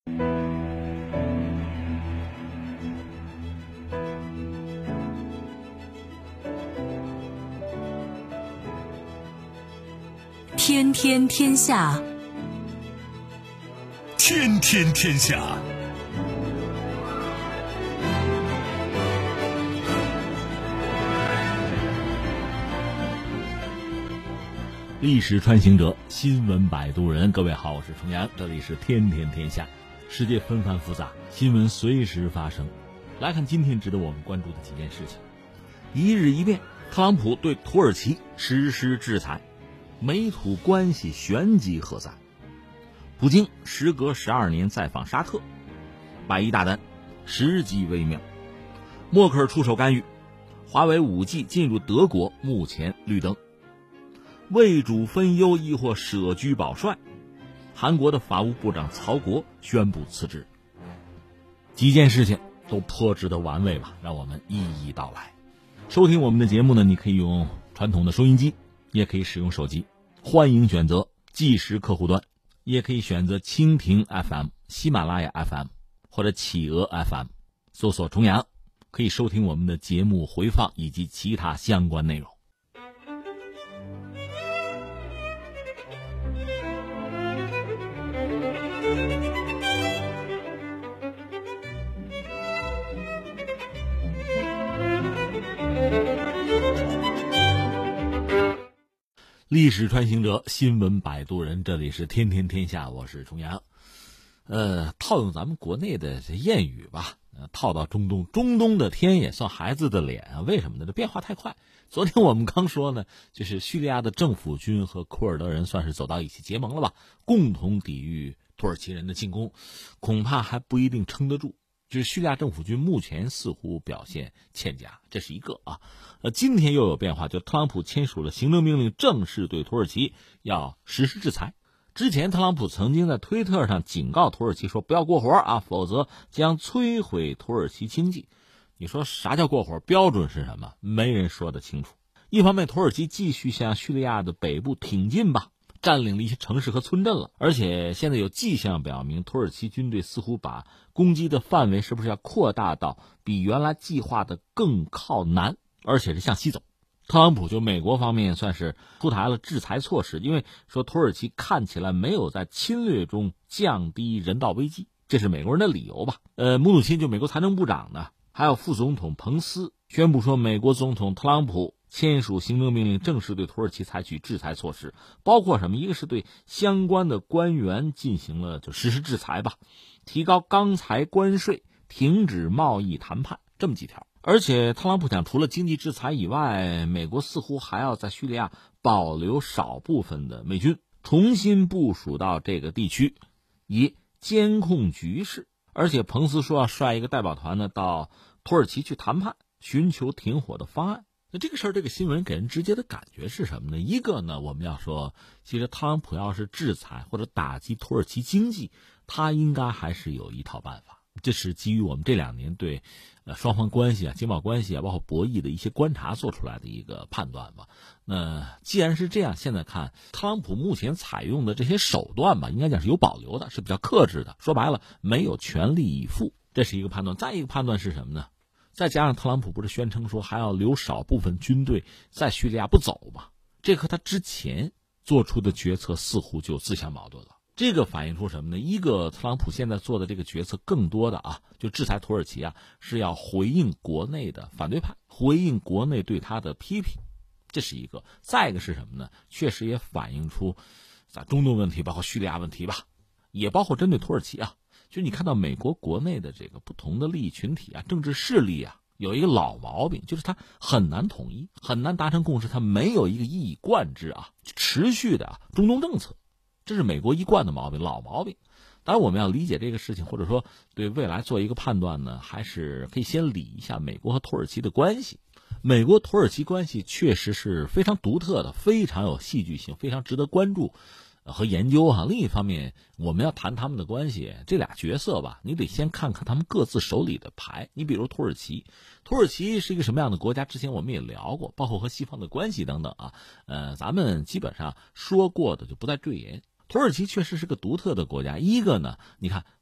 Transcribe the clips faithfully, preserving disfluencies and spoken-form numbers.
天天天下， 天天天下。历史穿行者，新闻摆渡人。各位好，我是重阳，这里是天天天下。世界纷繁复杂，新闻随时发生。来看今天值得我们关注的几件事情。一日一变，特朗普对土耳其实施制裁，美土关系旋即何在？普京时隔十二年再访沙特，百亿大单，时机微妙。默克尔出手干预，华为 五 G 进入德国，目前绿灯。为主分忧亦或舍居保帅，韩国的法务部长曹国宣布辞职。几件事情都颇值得玩味吧，让我们一一道来。收听我们的节目呢，你可以用传统的收音机，也可以使用手机，欢迎选择即时客户端，也可以选择蜻蜓 F M、 喜马拉雅 F M 或者企鹅 F M， 搜索重阳，可以收听我们的节目回放以及其他相关内容。历史穿行者，新闻摆渡人，这里是天天天下，我是重阳。呃，套用咱们国内的这谚语吧，呃，套到中东，中东的天也算孩子的脸啊？为什么呢？这变化太快。昨天我们刚说呢，就是叙利亚的政府军和库尔德人算是走到一起结盟了吧，共同抵御土耳其人的进攻，恐怕还不一定撑得住。就是叙利亚政府军目前似乎表现欠佳，这是一个啊。呃，今天又有变化，就特朗普签署了行政命令，正式对土耳其要实施制裁。之前特朗普曾经在推特上警告土耳其说不要过火啊，否则将摧毁土耳其经济。你说啥叫过火？标准是什么？没人说得清楚。一方面，土耳其继续向叙利亚的北部挺进吧，占领了一些城市和村镇了，而且现在有迹象表明，土耳其军队似乎把攻击的范围是不是要扩大到比原来计划的更靠南，而且是向西走。特朗普就美国方面算是出台了制裁措施，因为说土耳其看起来没有在侵略中降低人道危机，这是美国人的理由吧。呃，姆努钦就美国财政部长呢，还有副总统彭斯宣布说，美国总统特朗普签署行政命令，正式对土耳其采取制裁措施，包括什么？一个是对相关的官员进行了就实施制裁吧，提高钢材关税，停止贸易谈判，这么几条。而且特朗普讲，除了经济制裁以外，美国似乎还要在叙利亚保留少部分的美军，重新部署到这个地区，以监控局势。而且彭斯说要率一个代表团呢到土耳其去谈判，寻求停火的方案。那这个事儿，这个新闻给人直接的感觉是什么呢？一个呢，我们要说，其实特朗普要是制裁或者打击土耳其经济，他应该还是有一套办法。这是基于我们这两年对呃双方关系啊、经贸关系啊，包括博弈的一些观察做出来的一个判断吧。那既然是这样，现在看特朗普目前采用的这些手段吧，应该讲是有保留的，是比较克制的。说白了，没有全力以赴，这是一个判断。再一个判断是什么呢？再加上特朗普不是宣称说还要留少部分军队在叙利亚不走吗？这和他之前做出的决策似乎就自相矛盾了。这个反映出什么呢？一个，特朗普现在做的这个决策更多的啊，就制裁土耳其啊，是要回应国内的反对派，回应国内对他的批评，这是一个。再一个是什么呢？确实也反映出在中东问题，包括叙利亚问题吧，也包括针对土耳其啊，就你看到美国国内的这个不同的利益群体啊、政治势力啊，有一个老毛病，就是它很难统一，很难达成共识，它没有一个一以贯之啊、持续的啊中东政策。这是美国一贯的毛病，老毛病。当然我们要理解这个事情，或者说对未来做一个判断呢，还是可以先理一下美国和土耳其的关系。美国土耳其关系确实是非常独特的，非常有戏剧性，非常值得关注和研究哈。另一方面，我们要谈他们的关系，这俩角色吧，你得先看看他们各自手里的牌。你比如土耳其，土耳其是一个什么样的国家？之前我们也聊过，包括和西方的关系等等啊，呃，咱们基本上说过的就不再赘言。土耳其确实是个独特的国家。一个呢，你看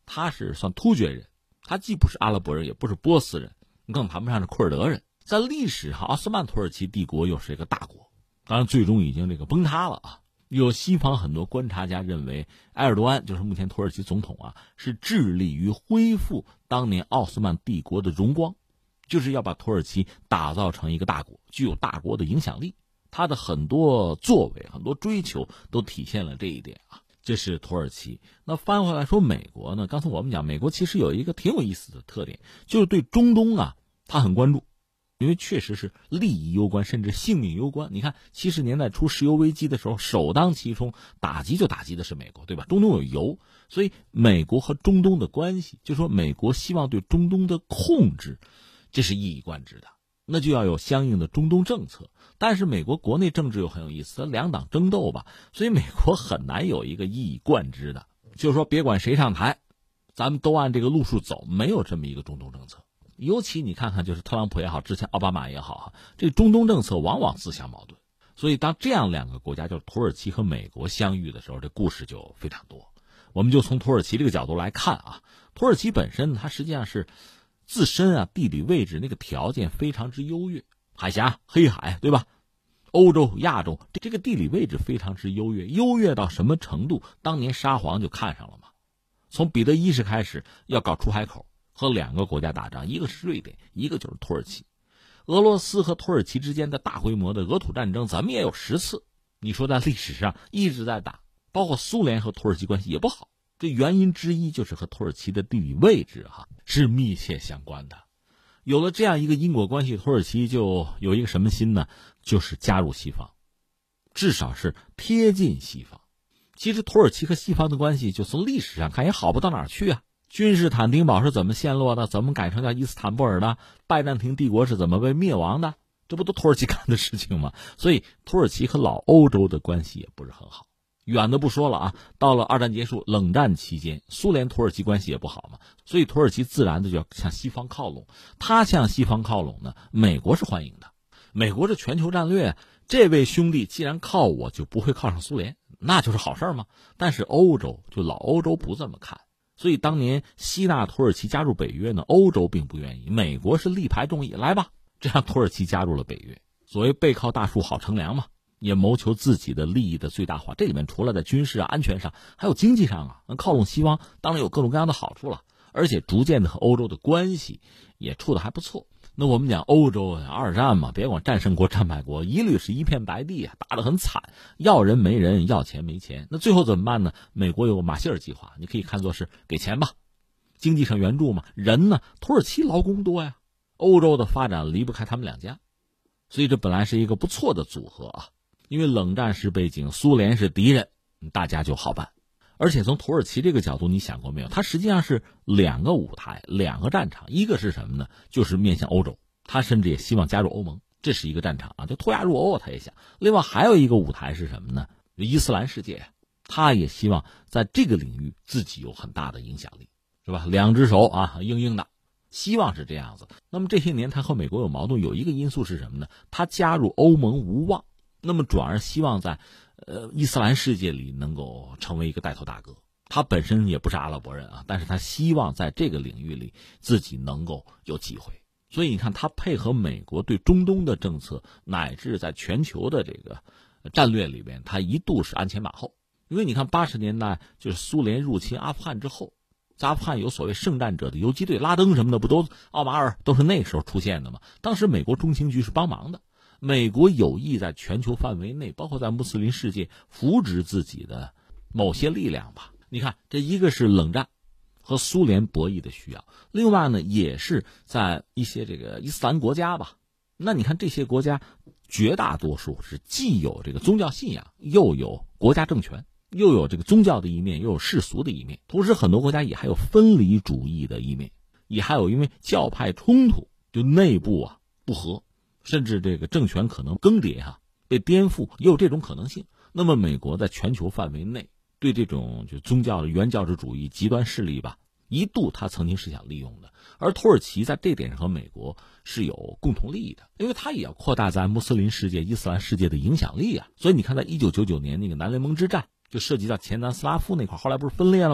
他是算突厥人，他既不是阿拉伯人，也不是波斯人，更谈不上是库尔德人。在历史上，奥斯曼土耳其帝国又是一个大国，当然最终已经这个崩塌了啊。有西方很多观察家认为，埃尔多安就是目前土耳其总统啊，是致力于恢复当年奥斯曼帝国的荣光，就是要把土耳其打造成一个大国，具有大国的影响力。他的很多作为、很多追求都体现了这一点啊。这是土耳其。那翻回来说美国呢？刚才我们讲，美国其实有一个挺有意思的特点，就是对中东啊，他很关注。因为确实是利益攸关，甚至性命攸关。你看七十年代初石油危机的时候，首当其冲打击就打击的是美国，对吧？中东有油，所以美国和中东的关系，就说美国希望对中东的控制，这是一以贯之的，那就要有相应的中东政策。但是美国国内政治又很有意思，两党争斗吧，所以美国很难有一个一以贯之的，就是说别管谁上台，咱们都按这个路数走，没有这么一个中东政策。尤其你看看，就是特朗普也好，之前奥巴马也好，这中东政策往往自相矛盾。所以当这样两个国家，就是土耳其和美国相遇的时候，这故事就非常多。我们就从土耳其这个角度来看啊，土耳其本身它实际上是自身啊地理位置那个条件非常之优越，海峡、黑海，对吧？欧洲、亚洲，这个地理位置非常之优越，优越到什么程度？当年沙皇就看上了嘛，从彼得一世开始要搞出海口。和两个国家打仗，一个是瑞典，一个就是土耳其。俄罗斯和土耳其之间的大规模的俄土战争，咱们也有十次。你说在历史上一直在打，包括苏联和土耳其关系也不好。这原因之一就是和土耳其的地理位置哈是密切相关的。有了这样一个因果关系，土耳其就有一个什么心呢？就是加入西方，至少是贴近西方。其实土耳其和西方的关系，就从历史上看也好不到哪儿去啊。君士坦丁堡是怎么陷落的？怎么改成叫伊斯坦布尔的？拜占庭帝国是怎么被灭亡的？这不都土耳其干的事情吗？所以土耳其和老欧洲的关系也不是很好。远的不说了啊，到了二战结束，冷战期间，苏联土耳其关系也不好嘛，所以土耳其自然的就要向西方靠拢。他向西方靠拢呢，美国是欢迎的。美国是全球战略，这位兄弟既然靠我，就不会靠上苏联，那就是好事嘛。但是欧洲，就老欧洲不这么看。所以当年希腊土耳其加入北约呢，欧洲并不愿意，美国是力排众议，来吧，这样土耳其加入了北约。所谓背靠大树好乘凉嘛，也谋求自己的利益的最大化。这里面除了在军事啊、安全上，还有经济上啊，能靠拢西方，当然有各种各样的好处了。而且逐渐的和欧洲的关系也处得还不错。那我们讲欧洲二战嘛，别管战胜国战败国，一律是一片白地啊，打得很惨，要人没人，要钱没钱。那最后怎么办呢？美国有马歇尔计划，你可以看作是给钱吧，经济上援助嘛。人呢，土耳其劳工多呀，欧洲的发展离不开他们两家，所以这本来是一个不错的组合啊。因为冷战时背景，苏联是敌人，大家就好办。而且从土耳其这个角度，你想过没有？它实际上是两个舞台，两个战场。一个是什么呢？就是面向欧洲，他甚至也希望加入欧盟，这是一个战场啊，就脱亚入欧他也想。另外还有一个舞台是什么呢？伊斯兰世界，他也希望在这个领域自己有很大的影响力，是吧？两只手啊，硬硬的，希望是这样子。那么这些年他和美国有矛盾，有一个因素是什么呢？他加入欧盟无望，那么转而希望在呃，伊斯兰世界里能够成为一个带头大哥。他本身也不是阿拉伯人啊，但是他希望在这个领域里自己能够有机会。所以你看，他配合美国对中东的政策，乃至在全球的这个战略里边，他一度是鞍前马后。因为你看八十年代就是苏联入侵阿富汗之后，在阿富汗有所谓圣战者的游击队，拉登什么的不都奥马尔都是那时候出现的吗？当时美国中情局是帮忙的。美国有意在全球范围内，包括在穆斯林世界扶植自己的某些力量吧。你看，这一个是冷战和苏联博弈的需要，另外呢，也是在一些这个伊斯兰国家吧。那你看这些国家，绝大多数是既有这个宗教信仰，又有国家政权，又有这个宗教的一面，又有世俗的一面。同时，很多国家也还有分离主义的一面，也还有因为教派冲突，就内部啊不和。甚至这个政权可能更迭哈、啊，被颠覆，也有这种可能性。那么美国在全球范围内对这种就宗教的原教旨主义极端势力吧，一度他曾经是想利用的。而土耳其在这点上和美国是有共同利益的，因为他也要扩大在穆斯林世界、伊斯兰世界的影响力啊。所以你看，在一九九九年那个南联盟之战，就涉及到前南斯拉夫那块，后来不是分裂了吗？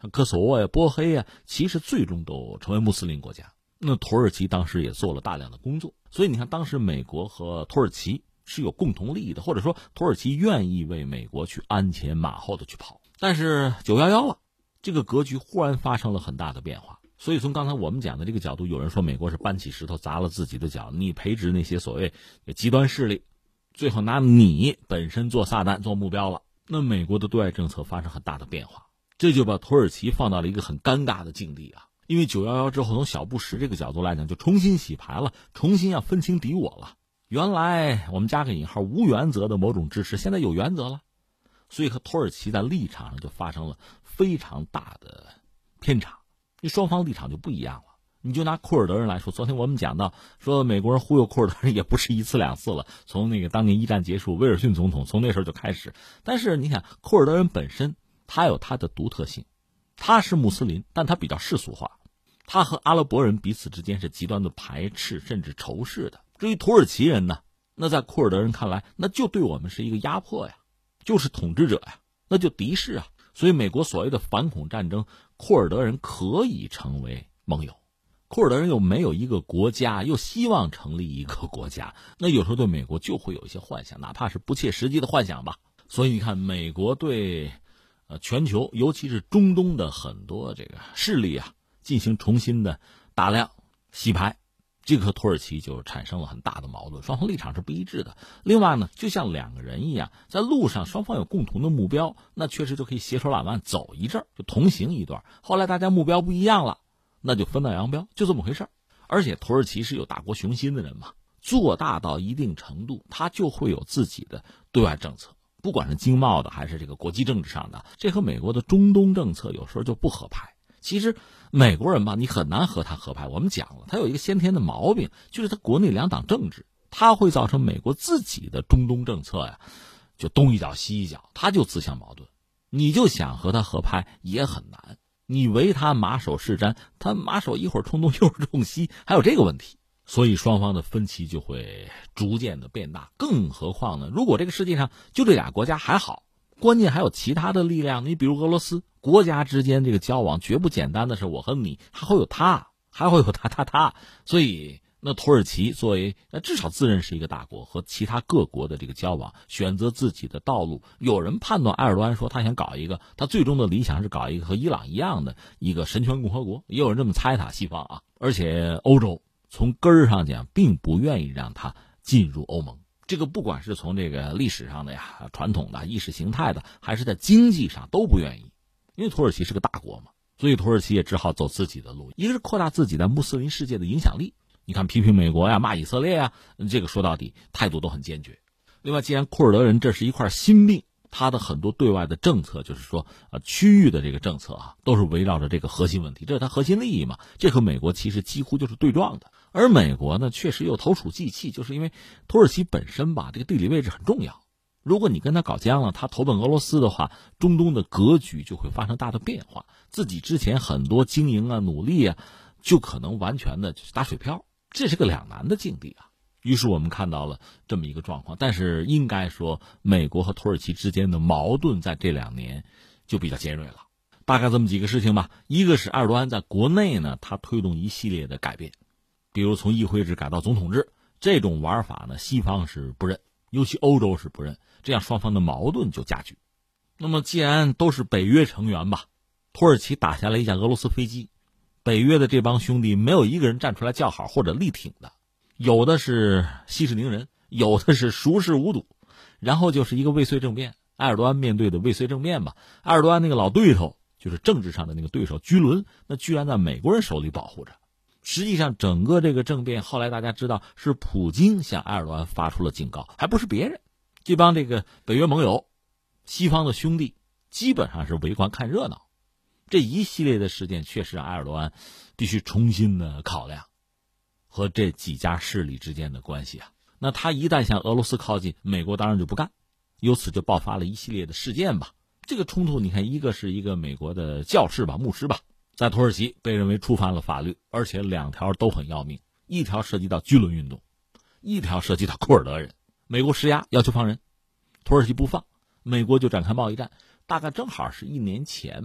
科索沃呀、波黑呀，其实最终都成为穆斯林国家。那土耳其当时也做了大量的工作，所以你看，当时美国和土耳其是有共同利益的，或者说土耳其愿意为美国去鞍前马后的去跑。但是九一一了，这个格局忽然发生了很大的变化。所以从刚才我们讲的这个角度，有人说美国是搬起石头砸了自己的脚，你培植那些所谓极端势力，最后拿你本身做撒旦做目标了。那美国的对外政策发生很大的变化，这就把土耳其放到了一个很尴尬的境地啊。因为九一一之后，从小布什这个角度来讲，就重新洗牌了，重新要分清敌我了。原来我们加个引号无原则的某种支持，现在有原则了，所以和土耳其在立场上就发生了非常大的偏差，你双方立场就不一样了。你就拿库尔德人来说，昨天我们讲到说美国人忽悠库尔德人也不是一次两次了，从那个当年一战结束，威尔逊总统从那时候就开始。但是你看库尔德人本身他有他的独特性，他是穆斯林，但他比较世俗化，他和阿拉伯人彼此之间是极端的排斥甚至仇视的。至于土耳其人呢，那在库尔德人看来，那就对我们是一个压迫呀，就是统治者呀，那就敌视啊。所以美国所谓的反恐战争，库尔德人可以成为盟友，库尔德人又没有一个国家，又希望成立一个国家，那有时候对美国就会有一些幻想，哪怕是不切实际的幻想吧。所以你看美国对呃全球尤其是中东的很多这个势力啊进行重新的打量洗牌，这个和土耳其就产生了很大的矛盾，双方立场是不一致的。另外呢，就像两个人一样，在路上双方有共同的目标，那确实就可以携手揽腕走一阵，就同行一段。后来大家目标不一样了，那就分道扬镳，就这么回事。而且土耳其是有大国雄心的人嘛，做大到一定程度，他就会有自己的对外政策，不管是经贸的还是这个国际政治上的，这和美国的中东政策有时候就不合拍。其实美国人吧，你很难和他合拍。我们讲了，他有一个先天的毛病，就是他国内两党政治，他会造成美国自己的中东政策呀，就东一脚西一脚，他就自相矛盾。你就想和他合拍也很难，你唯他马首是瞻，他马首一会儿冲东一会儿冲西，还有这个问题，所以双方的分歧就会逐渐的变大。更何况呢，如果这个世界上就这俩国家还好，关键还有其他的力量，你比如俄罗斯，国家之间这个交往绝不简单的是我和你，还会有他，还会有他他他。所以那土耳其作为那至少自认是一个大国，和其他各国的这个交往，选择自己的道路。有人判断埃尔多安说他想搞一个，他最终的理想是搞一个和伊朗一样的一个神权共和国，也有人这么猜他，西方啊。而且欧洲从根儿上讲并不愿意让他进入欧盟，这个不管是从这个历史上的呀、传统的意识形态的，还是在经济上都不愿意。因为土耳其是个大国嘛，所以土耳其也只好走自己的路，一个是扩大自己在穆斯林世界的影响力，你看批评美国呀、骂以色列呀，这个说到底态度都很坚决。另外，既然库尔德人这是一块心病，他的很多对外的政策，就是说呃区域的这个政策啊，都是围绕着这个核心问题，这是他核心利益嘛，这和美国其实几乎就是对撞的。而美国呢，确实又投鼠忌器，就是因为土耳其本身吧，这个地理位置很重要。如果你跟他搞僵了，他投奔俄罗斯的话，中东的格局就会发生大的变化，自己之前很多经营啊、努力啊，就可能完全的就是打水漂，这是个两难的境地啊。于是我们看到了这么一个状况，但是应该说，美国和土耳其之间的矛盾在这两年就比较尖锐了。大概这么几个事情吧，一个是埃尔多安在国内呢，他推动一系列的改变，比如从议会制改到总统制，这种玩法呢，西方是不认，尤其欧洲是不认，这样双方的矛盾就加剧。那么既然都是北约成员吧，土耳其打下来一架俄罗斯飞机，北约的这帮兄弟没有一个人站出来叫好或者力挺的，有的是息事宁人，有的是熟视无睹，然后就是一个未遂政变，埃尔多安面对的未遂政变吧。埃尔多安那个老对头，就是政治上的那个对手居伦，那居然在美国人手里保护着。实际上整个这个政变后来大家知道是普京向埃尔多安发出了警告，还不是别人。这帮这个北约盟友西方的兄弟基本上是围观看热闹，这一系列的事件确实让埃尔多安必须重新的考量和这几家势力之间的关系啊。那他一旦向俄罗斯靠近，美国当然就不干，由此就爆发了一系列的事件吧。这个冲突你看，一个是一个美国的教士吧，牧师吧，在土耳其被认为触犯了法律，而且两条都很要命，一条涉及到居伦运动，一条涉及到库尔德人。美国施压要求放人，土耳其不放，美国就展开贸易战，大概正好是一年前吧。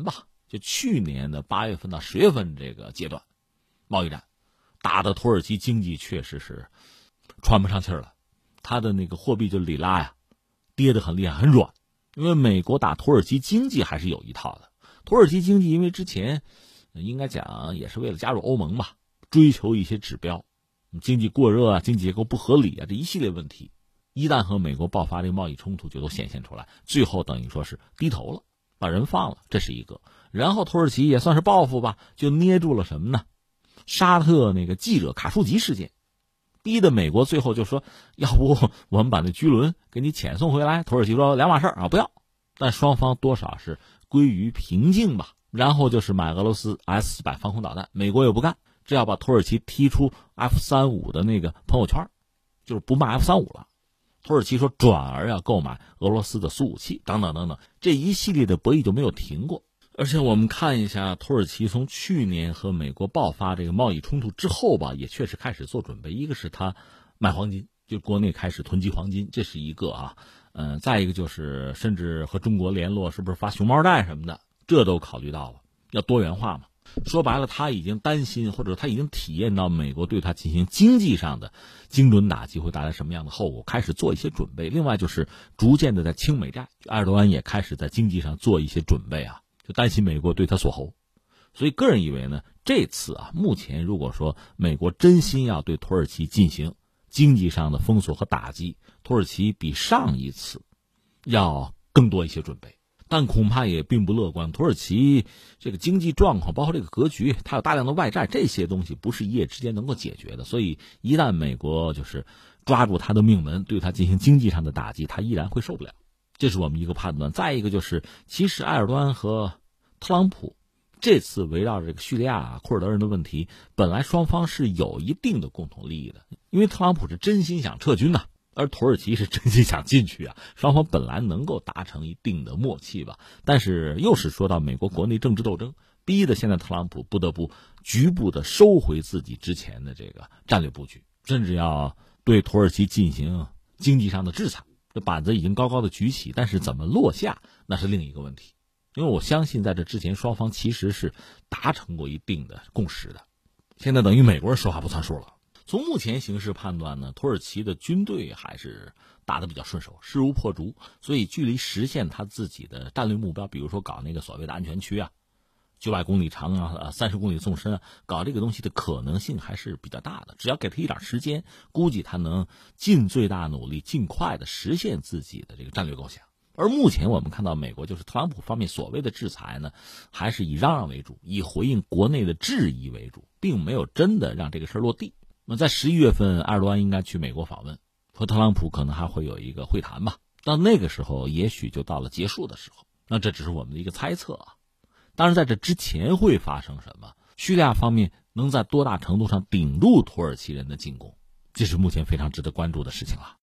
就去年的八月份到十月份这个阶段，贸易战打的土耳其经济确实是喘不上气儿了，它的那个货币就里拉呀，跌得很厉害，很软。因为美国打土耳其经济还是有一套的，土耳其经济因为之前应该讲也是为了加入欧盟吧，追求一些指标，经济过热啊，经济结构不合理啊，这一系列问题，一旦和美国爆发这个贸易冲突就都显现出来，最后等于说是低头了，把人放了，这是一个。然后土耳其也算是报复吧，就捏住了什么呢？沙特那个记者卡舒吉事件，逼得美国最后就说，要不我们把那居轮给你遣送回来。土耳其说两码事啊，不要。但双方多少是归于平静吧。然后就是买俄罗斯 S 四百防空导弹，美国也不干，这要把土耳其踢出 F 三十五的那个朋友圈，就是不卖 F 三十五了。土耳其说转而要购买俄罗斯的苏武器等等等等，这一系列的博弈就没有停过。而且我们看一下土耳其从去年和美国爆发这个贸易冲突之后吧，也确实开始做准备。一个是他买黄金，就国内开始囤积黄金，这是一个啊。呃，再一个就是甚至和中国联络，是不是发熊猫贷什么的，这都考虑到了，要多元化嘛。说白了，他已经担心，或者他已经体验到美国对他进行经济上的精准打击会带来什么样的后果，开始做一些准备。另外就是逐渐的在清美债，埃尔多安也开始在经济上做一些准备啊，就担心美国对他锁喉。所以个人以为呢，这次啊，目前如果说美国真心要对土耳其进行经济上的封锁和打击，土耳其比上一次要更多一些准备。但恐怕也并不乐观，土耳其这个经济状况，包括这个格局，它有大量的外债，这些东西不是一夜之间能够解决的。所以一旦美国就是抓住它的命门，对它进行经济上的打击，它依然会受不了，这是我们一个判断。再一个就是，其实埃尔多安和特朗普这次围绕着这个叙利亚库尔德人的问题，本来双方是有一定的共同利益的，因为特朗普是真心想撤军呐、啊。而土耳其是真心想进去啊，双方本来能够达成一定的默契吧，但是又是说到美国国内政治斗争，逼得现在特朗普不得不局部的收回自己之前的这个战略布局，甚至要对土耳其进行经济上的制裁。这板子已经高高的举起，但是怎么落下那是另一个问题。因为我相信在这之前双方其实是达成过一定的共识的，现在等于美国人说话不算数了。从目前形势判断呢，土耳其的军队还是打得比较顺手，势如破竹，所以距离实现他自己的战略目标，比如说搞那个所谓的安全区啊，九百公里长啊，三十公里纵深啊，搞这个东西的可能性还是比较大的。只要给他一点时间，估计他能尽最大努力，尽快的实现自己的这个战略构想。而目前我们看到美国就是特朗普方面所谓的制裁呢，还是以嚷嚷为主，以回应国内的质疑为主，并没有真的让这个事落地。那么在十一月份，埃尔多安应该去美国访问，和特朗普可能还会有一个会谈吧。到那个时候，也许就到了结束的时候。那这只是我们的一个猜测啊。当然，在这之前会发生什么？叙利亚方面能在多大程度上顶住土耳其人的进攻，这是目前非常值得关注的事情了。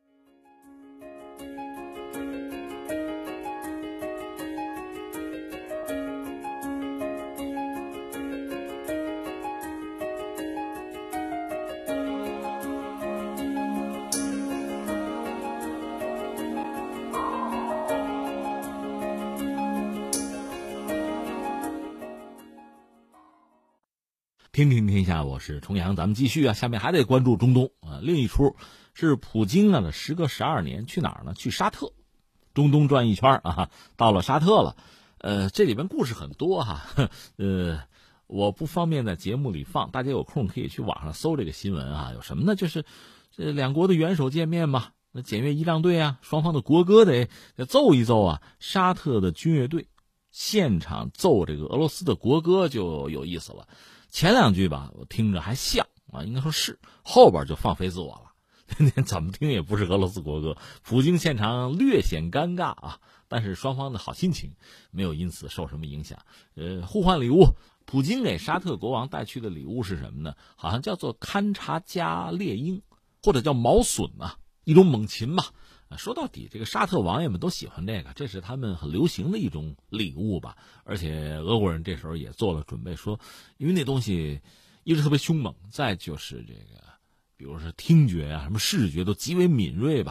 天天天下，我是重阳，咱们继续啊。下面还得关注中东啊。另一出是普京啊，时隔十二年去哪儿呢？去沙特，中东转一圈啊，到了沙特了。呃，这里边故事很多哈，呃，我不方便在节目里放，大家有空可以去网上搜这个新闻啊。有什么呢？就是这两国的元首见面嘛，那检阅仪仗队啊，双方的国歌得得奏一奏啊。沙特的军乐队现场奏这个俄罗斯的国歌就有意思了。前两句吧，我听着还像啊，应该说是，后边就放飞自我了，怎么听也不是俄罗斯国歌。普京现场略显尴尬啊，但是双方的好心情没有因此受什么影响。呃，互换礼物，普京给沙特国王带去的礼物是什么呢？好像叫做勘察加猎鹰，或者叫毛隼啊，一种猛禽吧。说到底，这个沙特王爷们都喜欢这个，这是他们很流行的一种礼物吧。而且俄国人这时候也做了准备，说因为那东西一直特别凶猛，再就是这个比如说听觉啊什么视觉都极为敏锐吧，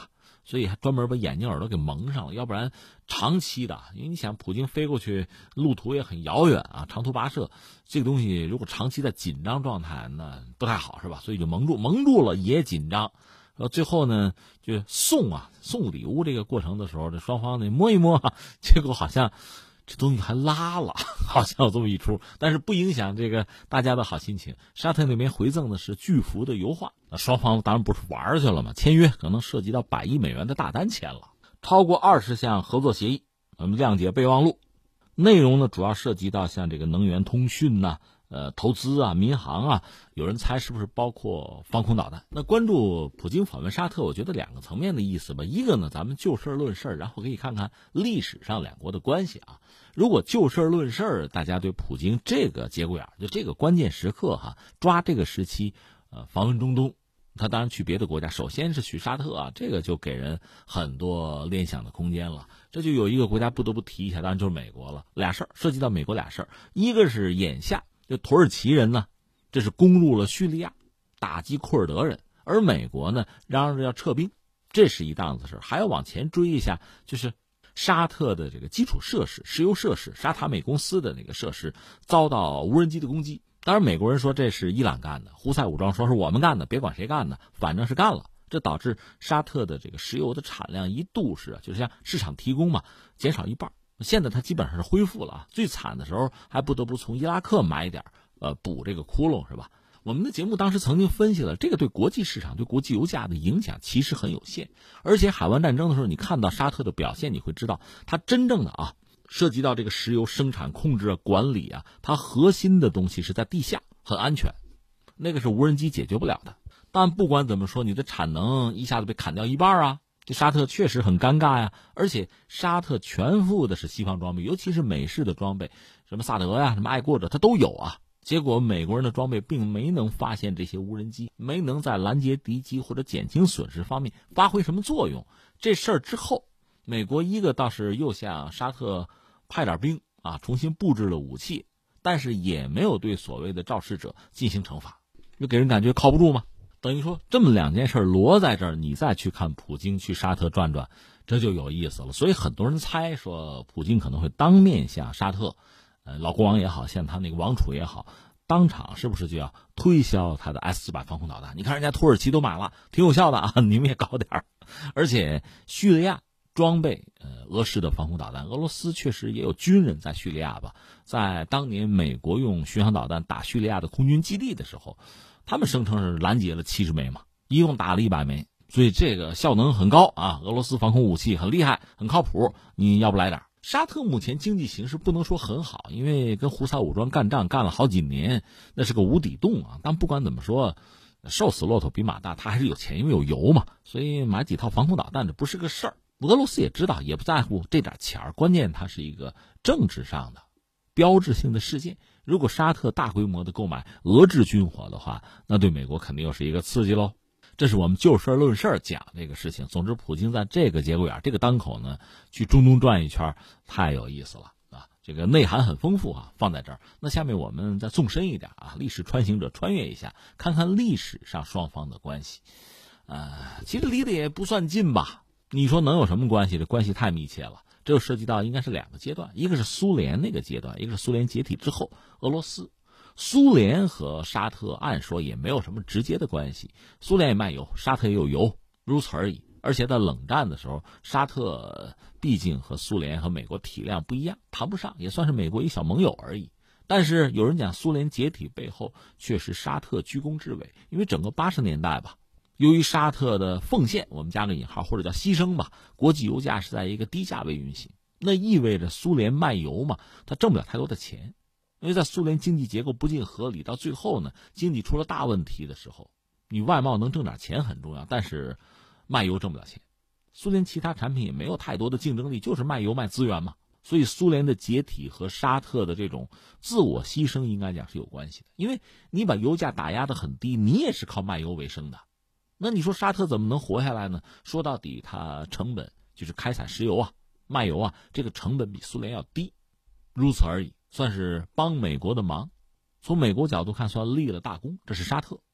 所以还专门把眼睛耳朵给蒙上了，要不然长期的，因为你想普京飞过去路途也很遥远啊，长途跋涉，这个东西如果长期在紧张状态，那不太好是吧？所以就蒙住，蒙住了也紧张。呃，最后呢，就送啊送礼物这个过程的时候，这双方呢摸一摸啊，结果好像这东西还拉了，好像有这么一出，但是不影响这个大家的好心情。沙特那边回赠的是巨幅的油画，那双方当然不是玩去了嘛，签约可能涉及到百亿美元的大单签了，超过二十项合作协议，我们谅解备忘录。内容呢主要涉及到像这个能源、通讯呐、啊。呃，投资啊，民航啊，有人猜是不是包括防空导弹？那关注普京访问沙特，我觉得两个层面的意思吧。一个呢，咱们就事论事，然后可以看看历史上两国的关系啊。如果就事论事，大家对普京这个节骨眼，就这个关键时刻哈，抓这个时期，呃，访问中东，他当然去别的国家，首先是去沙特啊，这个就给人很多联想的空间了。这就有一个国家不得不提一下，当然就是美国了。俩事儿涉及到美国俩事儿，一个是眼下。这土耳其人呢，这是攻入了叙利亚，打击库尔德人，而美国呢嚷嚷着要撤兵，这是一档子事。还要往前追一下，就是沙特的这个基础设施、石油设施，沙塔美公司的那个设施遭到无人机的攻击。当然，美国人说这是伊朗干的，胡塞武装说是我们干的，别管谁干的，反正是干了。这导致沙特的这个石油的产量一度是，就是像市场提供嘛，减少一半。现在它基本上是恢复了啊，最惨的时候还不得不从伊拉克买一点，呃，补这个窟窿是吧？我们的节目当时曾经分析了，这个对国际市场、对国际油价的影响其实很有限。而且海湾战争的时候，你看到沙特的表现，你会知道它真正的啊，涉及到这个石油生产、控制啊、管理啊，它核心的东西是在地下，很安全，那个是无人机解决不了的。但不管怎么说，你的产能一下子被砍掉一半啊。这沙特确实很尴尬呀，而且沙特全付的是西方装备，尤其是美式的装备，什么萨德呀、什么爱国者，它都有啊。结果美国人的装备并没能发现这些无人机，没能在拦截敌机或者减轻损失方面发挥什么作用。这事儿之后，美国一个倒是又向沙特派点兵啊，重新布置了武器，但是也没有对所谓的肇事者进行惩罚，就给人感觉靠不住嘛。等于说这么两件事摞在这儿，你再去看普京去沙特转转，这就有意思了。所以很多人猜说普京可能会当面向沙特，呃，老国王也好，像他那个王储也好，当场是不是就要推销他的 S 四百防空导弹？你看人家土耳其都买了，挺有效的啊，你们也搞点儿。而且叙利亚装备呃俄式的防空导弹，俄罗斯确实也有军人在叙利亚吧？在当年美国用巡航导弹打叙利亚的空军基地的时候，他们声称是拦截了七十枚嘛，一共打了一百枚，所以这个效能很高啊！俄罗斯防空武器很厉害，很靠谱，你要不来点？沙特目前经济形势不能说很好，因为跟胡塞武装干仗干了好几年，那是个无底洞啊。但不管怎么说，瘦死骆驼比马大，他还是有钱，因为有油嘛，所以买几套防空导弹这不是个事儿。俄罗斯也知道，也不在乎这点钱，关键它是一个政治上的标志性的事件。如果沙特大规模的购买俄制军火的话，那对美国肯定又是一个刺激喽。这是我们就事论事讲这个事情。总之，普京在这个节骨眼、这个当口呢，去中东转一圈，太有意思了啊！这个内涵很丰富啊，放在这儿。那下面我们再纵深一点啊，历史穿行者穿越一下，看看历史上双方的关系。呃，其实离得也不算近吧？你说能有什么关系？这关系太密切了。这就涉及到应该是两个阶段，一个是苏联那个阶段，一个是苏联解体之后俄罗斯。苏联和沙特按说也没有什么直接的关系，苏联也卖油，沙特也有油，如此而已。而且在冷战的时候，沙特毕竟和苏联和美国体量不一样，谈不上，也算是美国一小盟友而已。但是有人讲苏联解体背后确实沙特居功至伟，因为整个八十年代吧，由于沙特的奉献，我们加个引号或者叫牺牲吧，国际油价是在一个低价位运行，那意味着苏联卖油嘛，它挣不了太多的钱。因为在苏联经济结构不尽合理，到最后呢，经济出了大问题的时候，你外贸能挣点钱很重要，但是卖油挣不了钱。苏联其他产品也没有太多的竞争力，就是卖油卖资源嘛。所以苏联的解体和沙特的这种自我牺牲应该讲是有关系的。因为你把油价打压得很低，你也是靠卖油为生的。那你说沙特怎么能活下来呢？说到底它成本就是开采石油啊、卖油啊，这个成本比苏联要低，如此而已。算是帮美国的忙，从美国角度看算立了大功，这是沙特。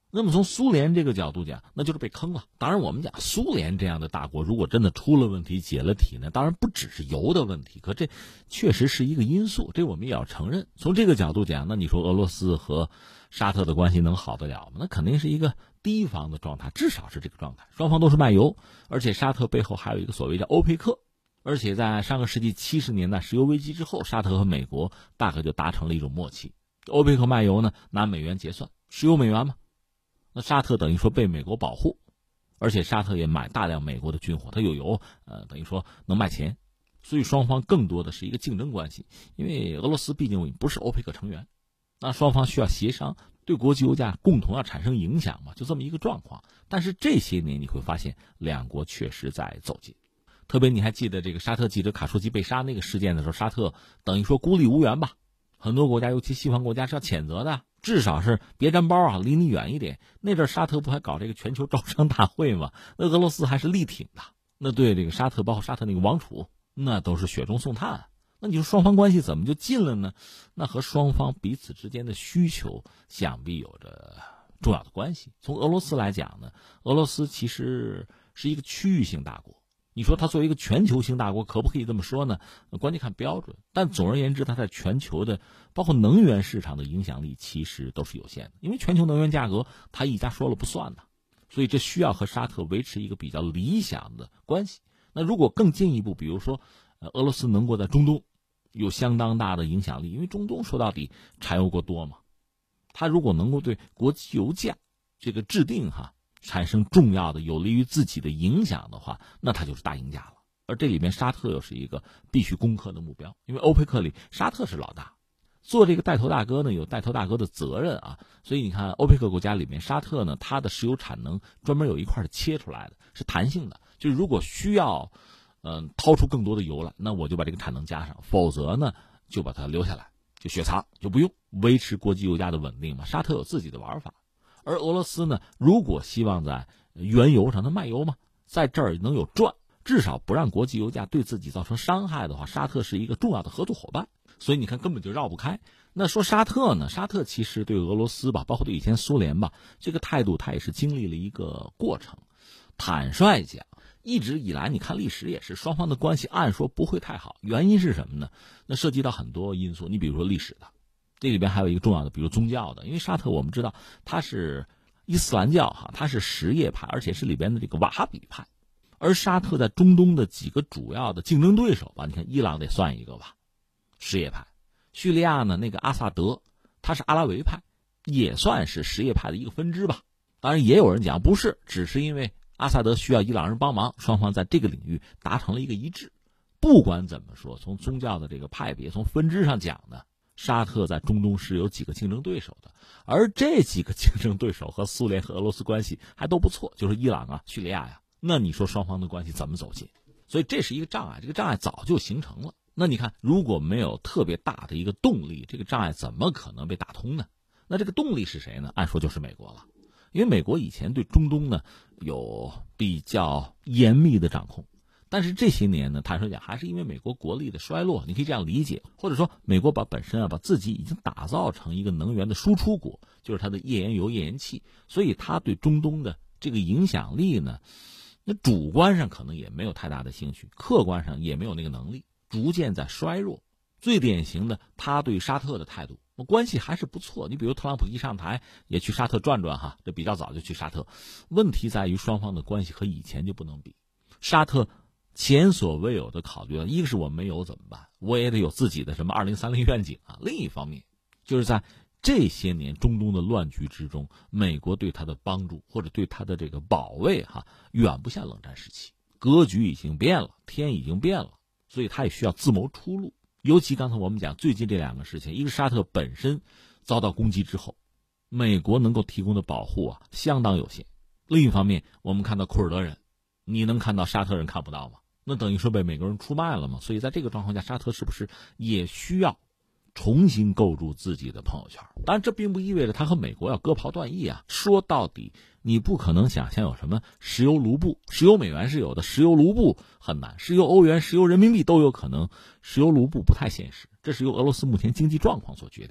那么从苏联这个角度讲，那就是被坑了。当然我们讲苏联这样的大国，如果真的出了问题解了体呢，当然不只是油的问题，可这确实是一个因素，这我们也要承认。从这个角度讲，那你说俄罗斯和沙特的关系能好得了吗？那肯定是一个提防的状态，至少是这个状态。双方都是卖油，而且沙特背后还有一个所谓叫欧佩克，而且在上个世纪七十年代石油危机之后，沙特和美国大概就达成了一种默契，欧佩克卖油呢拿美元结算，石油美元嘛，那沙特等于说被美国保护，而且沙特也买大量美国的军火，它有油，呃，等于说能卖钱，所以双方更多的是一个竞争关系。因为俄罗斯毕竟不是欧佩克成员，那双方需要协商，对国际油价共同要产生影响嘛，就这么一个状况。但是这些年你会发现，两国确实在走近。特别你还记得这个沙特记者卡舒吉被杀那个事件的时候，沙特等于说孤立无援吧，很多国家尤其西方国家是要谴责的，至少是别沾包啊，离你远一点。那阵沙特不还搞这个全球招商大会吗？那俄罗斯还是力挺的，那对这个沙特包括沙特那个王储那都是雪中送炭。那你说双方关系怎么就近了呢？那和双方彼此之间的需求想必有着重要的关系。从俄罗斯来讲呢，俄罗斯其实是一个区域性大国，你说它作为一个全球性大国可不可以这么说呢？关键看标准，但总而言之它在全球的包括能源市场的影响力其实都是有限的，因为全球能源价格它一家说了不算的，所以这需要和沙特维持一个比较理想的关系。那如果更进一步，比如说呃，俄罗斯能够在中东有相当大的影响力，因为中东说到底产油国多嘛，它如果能够对国际油价这个制定哈产生重要的有利于自己的影响的话，那它就是大赢家了。而这里面沙特又是一个必须攻克的目标，因为欧佩克里沙特是老大，做这个带头大哥呢有带头大哥的责任啊。所以你看欧佩克国家里面，沙特呢它的石油产能专门有一块是切出来的，是弹性的，就是如果需要嗯、呃，掏出更多的油来，那我就把这个产能加上，否则呢就把它留下来，就雪藏，就不用维持国际油价的稳定嘛。沙特有自己的玩法。而俄罗斯呢，如果希望在原油上它卖油嘛，在这儿能有赚，至少不让国际油价对自己造成伤害的话，沙特是一个重要的合作伙伴。所以你看根本就绕不开。那说沙特呢，沙特其实对俄罗斯吧，包括对以前苏联吧，这个态度它也是经历了一个过程。坦率讲，一直以来你看历史也是双方的关系按说不会太好，原因是什么呢？那涉及到很多因素，你比如说历史的，这里边还有一个重要的，比如宗教的，因为沙特我们知道它是伊斯兰教哈，它是什叶派，而且是里边的这个瓦哈比派。而沙特在中东的几个主要的竞争对手吧，你看伊朗得算一个吧，什叶派；叙利亚呢，那个阿萨德他是阿拉维派，也算是什叶派的一个分支吧。当然也有人讲不是，只是因为阿萨德需要伊朗人帮忙，双方在这个领域达成了一个一致。不管怎么说，从宗教的这个派别，从分支上讲呢，沙特在中东是有几个竞争对手的，而这几个竞争对手和苏联和俄罗斯关系还都不错，就是伊朗啊、叙利亚呀。那你说双方的关系怎么走近？所以这是一个障碍，这个障碍早就形成了。那你看，如果没有特别大的一个动力，这个障碍怎么可能被打通呢？那这个动力是谁呢？按说就是美国了，因为美国以前对中东呢有比较严密的掌控。但是这些年呢，坦率讲，还是因为美国国力的衰落，你可以这样理解，或者说美国把本身啊把自己已经打造成一个能源的输出国，就是它的页岩油、页岩气，所以它对中东的这个影响力呢，那主观上可能也没有太大的兴趣，客观上也没有那个能力，逐渐在衰弱。最典型的，他对沙特的态度，关系还是不错。你比如特朗普一上台，也去沙特转转哈，这比较早就去沙特。问题在于双方的关系和以前就不能比，沙特前所未有的考虑了，一个是我没有怎么办，我也得有自己的什么二零三零愿景啊。另一方面，就是在这些年中东的乱局之中，美国对他的帮助或者对他的这个保卫哈，远不像冷战时期，格局已经变了，天已经变了，所以他也需要自谋出路。尤其刚才我们讲最近这两个事情，一个沙特本身遭到攻击之后，美国能够提供的保护啊相当有限。另一方面，我们看到库尔德人，你能看到沙特人看不到吗？那等于说被美国人出卖了嘛。所以在这个状况下，沙特是不是也需要重新构筑自己的朋友圈？当然这并不意味着他和美国要割袍断义啊。说到底，你不可能想象有什么石油卢布，石油美元是有的，石油卢布很难，石油欧元、石油人民币都有可能，石油卢布不太现实，这是由俄罗斯目前经济状况所决定的。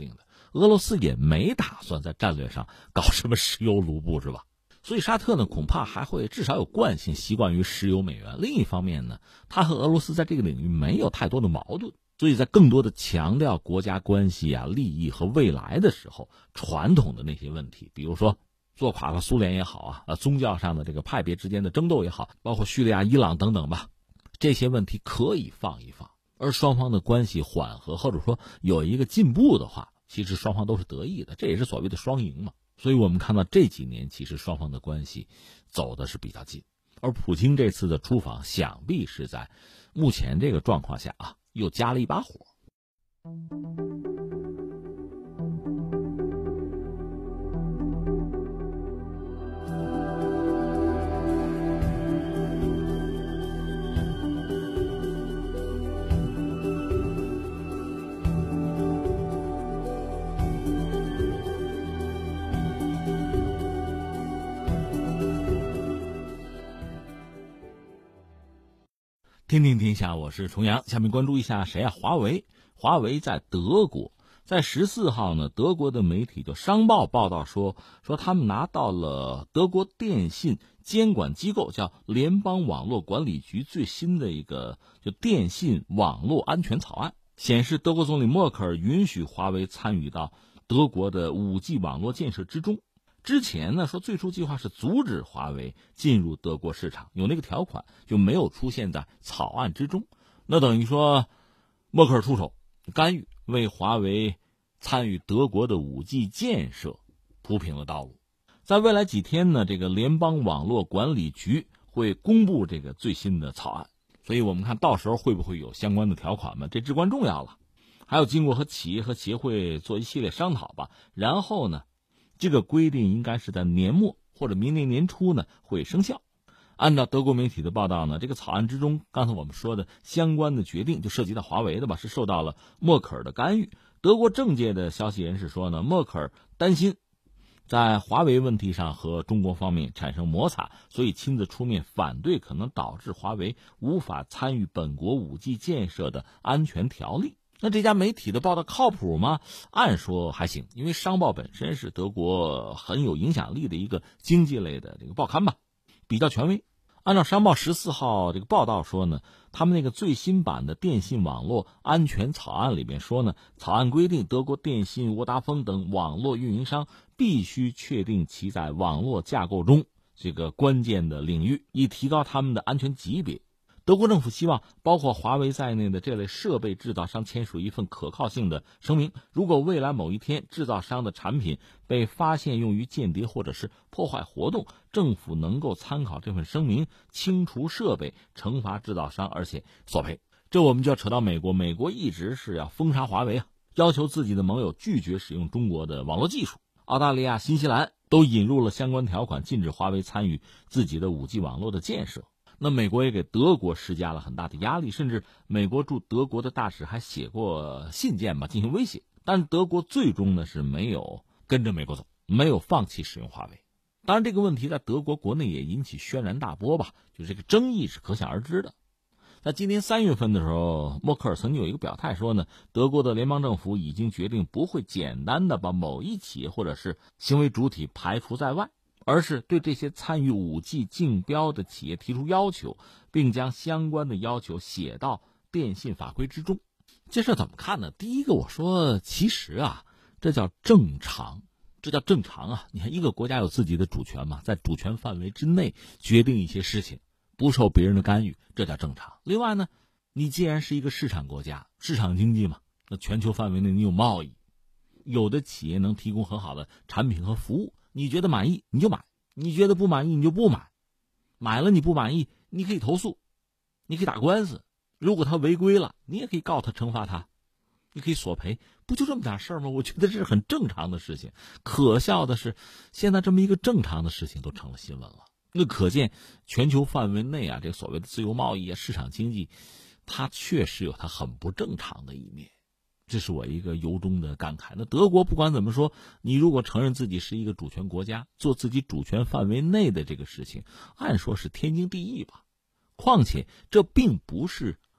俄罗斯也没打算在战略上搞什么石油卢布，是吧？所以沙特呢，恐怕还会至少有惯性习惯于石油美元。另一方面呢，他和俄罗斯在这个领域没有太多的矛盾，所以在更多的强调国家关系啊、利益和未来的时候，传统的那些问题，比如说做垮了苏联也好啊，呃，宗教上的这个派别之间的争斗也好，包括叙利亚、伊朗等等吧，这些问题可以放一放。而双方的关系缓和，或者说有一个进步的话，其实双方都是得益的，这也是所谓的双赢嘛。所以我们看到这几年其实双方的关系走的是比较近，而普京这次的出访想必是在目前这个状况下啊，又加了一把火。天天天下，我是重阳。下面关注一下谁啊？华为。华为在德国，在十四号呢，德国的媒体就商报报道说，说他们拿到了德国电信监管机构叫联邦网络管理局最新的一个就电信网络安全草案，显示德国总理默克尔允许华为参与到德国的 五 G 网络建设之中。之前呢说最初计划是阻止华为进入德国市场，有那个条款就没有出现在草案之中。那等于说默克尔出手干预，为华为参与德国的 五 G 建设铺平了道路。在未来几天呢，这个联邦网络管理局会公布这个最新的草案，所以我们看到时候会不会有相关的条款嘛，这至关重要了。还有经过和企业和协会做一系列商讨吧，然后呢这个规定应该是在年末或者明年年初呢会生效。按照德国媒体的报道呢，这个草案之中，刚才我们说的相关的决定就涉及到华为的吧，是受到了默克尔的干预。德国政界的消息人士说呢，默克尔担心在华为问题上和中国方面产生摩擦，所以亲自出面反对可能导致华为无法参与本国 五 G 建设的安全条例。那这家媒体的报道靠谱吗？按说还行，因为商报本身是德国很有影响力的一个经济类的这个报刊吧，比较权威。按照商报十四号这个报道说呢，他们那个最新版的电信网络安全草案里面说呢，草案规定德国电信、沃达丰等网络运营商必须确定其在网络架构中这个关键的领域，以提高他们的安全级别。德国政府希望包括华为在内的这类设备制造商签署一份可靠性的声明，如果未来某一天制造商的产品被发现用于间谍或者是破坏活动，政府能够参考这份声明清除设备，惩罚制造商，而且索赔。这我们就要扯到美国，美国一直是要封杀华为啊，要求自己的盟友拒绝使用中国的网络技术。澳大利亚、新西兰都引入了相关条款，禁止华为参与自己的 五 G 网络的建设。那美国也给德国施加了很大的压力，甚至美国驻德国的大使还写过信件吧，进行威胁。但德国最终呢是没有跟着美国走，没有放弃使用华为。当然这个问题在德国国内也引起轩然大波吧，就这个争议是可想而知的。在今年三月份的时候，默克尔曾经有一个表态说呢，德国的联邦政府已经决定不会简单的把某一企业或者是行为主体排除在外，而是对这些参与 五 G 竞标的企业提出要求，并将相关的要求写到电信法规之中。这事怎么看呢？第一个我说，其实啊，这叫正常，这叫正常啊！你看一个国家有自己的主权嘛，在主权范围之内决定一些事情，不受别人的干预，这叫正常。另外呢，你既然是一个市场国家，市场经济嘛，那全球范围内你有贸易，有的企业能提供很好的产品和服务，你觉得满意你就买，你觉得不满意你就不买，买了你不满意你可以投诉，你可以打官司，如果他违规了你也可以告他，惩罚他，你可以索赔，不就这么点事儿吗？我觉得这是很正常的事情。可笑的是现在这么一个正常的事情都成了新闻了，那可见全球范围内啊，这所谓的自由贸易啊、市场经济，它确实有它很不正常的一面，这是我一个由衷的感慨。那德国不管怎么说，你如果承认自己是一个主权国家，做自己主权范围内的这个事情，按说是天经地义吧。况且这并不是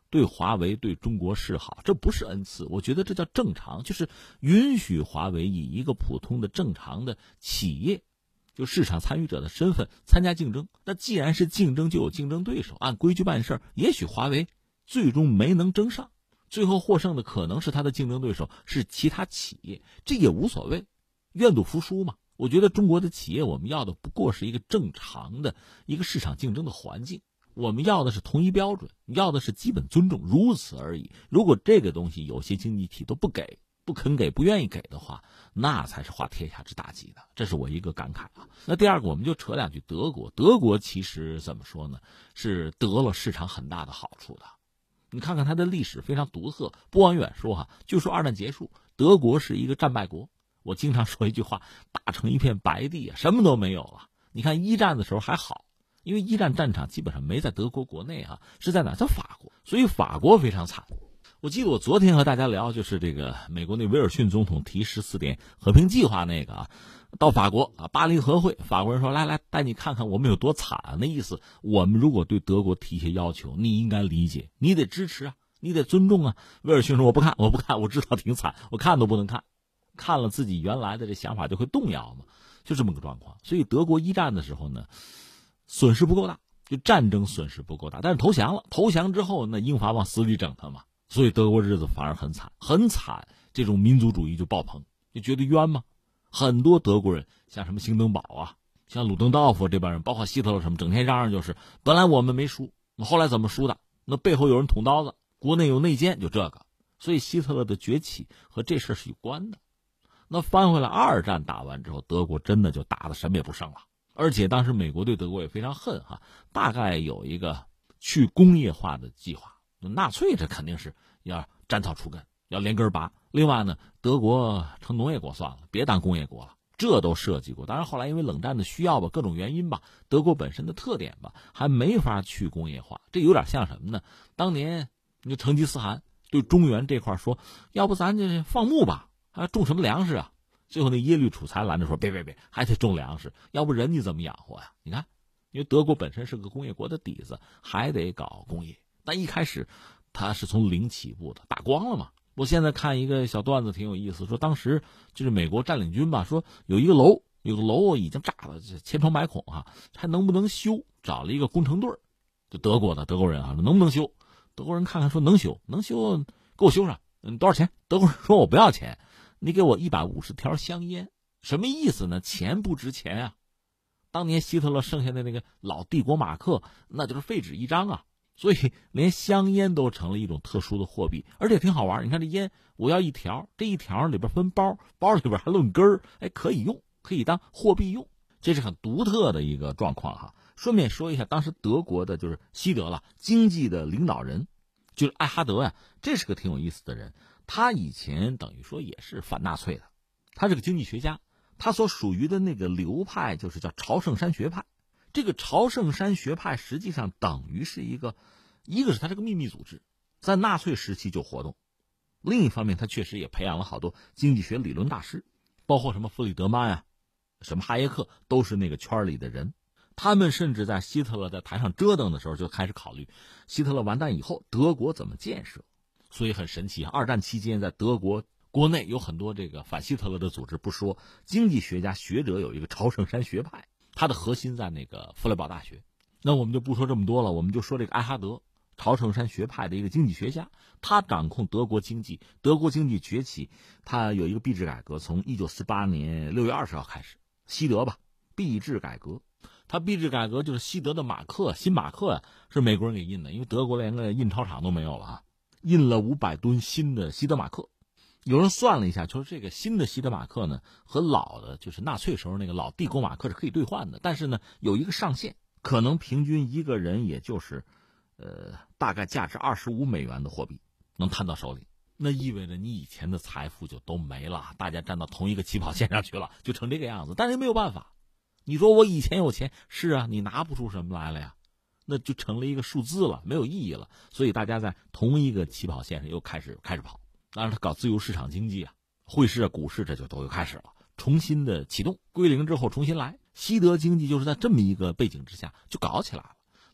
对华为对中国示好，这不是恩赐，我觉得这叫正常，就是允许华为以一个普通的正常的企业，就市场参与者的身份参加竞争。那既然是竞争，就有竞争对手，按规矩办事，也许华为最终没能争上，最后获胜的可能是他的竞争对手是其他企业，这也无所谓，愿赌服输嘛。我觉得中国的企业我们要的不过是一个正常的一个市场竞争的环境，我们要的是同一标准，要的是基本尊重，如此而已。如果这个东西有些经济体都不给、不肯给、不愿意给的话，那才是滑天下之大稽的，这是我一个感慨啊。那第二个，我们就扯两句德国。德国其实怎么说呢，是得了市场很大的好处的。你看看它的历史非常独特，不往远说哈，就说二战结束，德国是一个战败国。我经常说一句话，打成一片白地啊，什么都没有了。你看一战的时候还好，因为一战战场基本上没在德国国内啊，是在哪？在法国，所以法国非常惨。我记得我昨天和大家聊，就是这个美国那威尔逊总统提十四点和平计划那个啊，到法国啊，巴黎和会，法国人说来来带你看看我们有多惨啊。那意思，我们如果对德国提一些要求，你应该理解，你得支持啊，你得尊重啊。威尔逊说我不看，我不看，我知道挺惨，我看都不能看，看了自己原来的这想法就会动摇嘛，就这么个状况。所以德国一战的时候呢，损失不够大，就战争损失不够大，但是投降了，投降之后那英法往死里整他嘛。所以德国日子反而很惨，很惨，这种民族主义就爆棚，就觉得冤吗？很多德国人，像什么兴登堡啊，像鲁登道夫这帮人，包括希特勒什么，整天嚷嚷就是，本来我们没输，后来怎么输的？那背后有人捅刀子，国内有内奸，就这个。所以希特勒的崛起和这事是有关的。那翻回来，二战打完之后，德国真的就打得什么也不剩了，而且当时美国对德国也非常恨哈，大概有一个去工业化的计划。纳粹这肯定是要斩草除根，要连根拔。另外呢，德国成农业国算了，别当工业国了，这都设计过。当然后来因为冷战的需要吧，各种原因吧，德国本身的特点吧，还没法去工业化。这有点像什么呢？当年你成吉思汗对中原这块说，要不咱这放牧吧，还种什么粮食啊？最后那耶律楚材拦着说，别别别，还得种粮食，要不人你怎么养活呀？你看，因为德国本身是个工业国的底子，还得搞工业。但一开始他是从零起步的，打光了嘛。我现在看一个小段子挺有意思，说当时就是美国占领军吧，说有一个楼，有个楼已经炸了千疮百孔啊，还能不能修？找了一个工程队，就德国的德国人啊，能不能修？德国人看看说能修，能修，给我修上。嗯，多少钱？德国人说我不要钱，你给我一百五十条香烟。什么意思呢？钱不值钱啊。当年希特勒剩下的那个老帝国马克，那就是废纸一张啊。所以连香烟都成了一种特殊的货币，而且挺好玩。你看这烟，我要一条，这一条里边分包，包里边还论根儿，哎，可以用，可以当货币用，这是很独特的一个状况哈。顺便说一下，当时德国的就是西德了经济的领导人，就是艾哈德呀，这是个挺有意思的人。他以前等于说也是反纳粹的，他是个经济学家，他所属于的那个流派就是叫朝圣山学派。这个朝圣山学派实际上等于是一个，一个是它是个秘密组织，在纳粹时期就活动，另一方面他确实也培养了好多经济学理论大师，包括什么弗里德曼啊，什么哈耶克，都是那个圈里的人。他们甚至在希特勒在台上折腾的时候就开始考虑希特勒完蛋以后德国怎么建设。所以很神奇啊，二战期间在德国国内有很多这个反希特勒的组织不说，经济学家学者有一个朝圣山学派，它的核心在那个弗雷堡大学。那我们就不说这么多了，我们就说这个艾哈德，朝圣山学派的一个经济学家，他掌控德国经济，德国经济崛起，他有一个币制改革，从一九四八年六月二十号开始，西德吧，币制改革。他币制改革就是西德的马克，新马克啊，是美国人给印的，因为德国连个印钞厂都没有了啊，印了五百吨新的西德马克。有人算了一下，说这个新的西德马克呢，和老的就是纳粹时候那个老帝国马克是可以兑换的，但是呢有一个上限，可能平均一个人也就是呃大概价值二十五美元的货币能摊到手里。那意味着你以前的财富就都没了，大家站到同一个起跑线上去了，就成这个样子。但是没有办法，你说我以前有钱，是啊，你拿不出什么来了呀，那就成了一个数字了，没有意义了。所以大家在同一个起跑线上又开始开始跑。当然他搞自由市场经济啊，汇市啊股市这就都又开始了，重新的启动，归零之后重新来。西德经济就是在这么一个背景之下就搞起来了。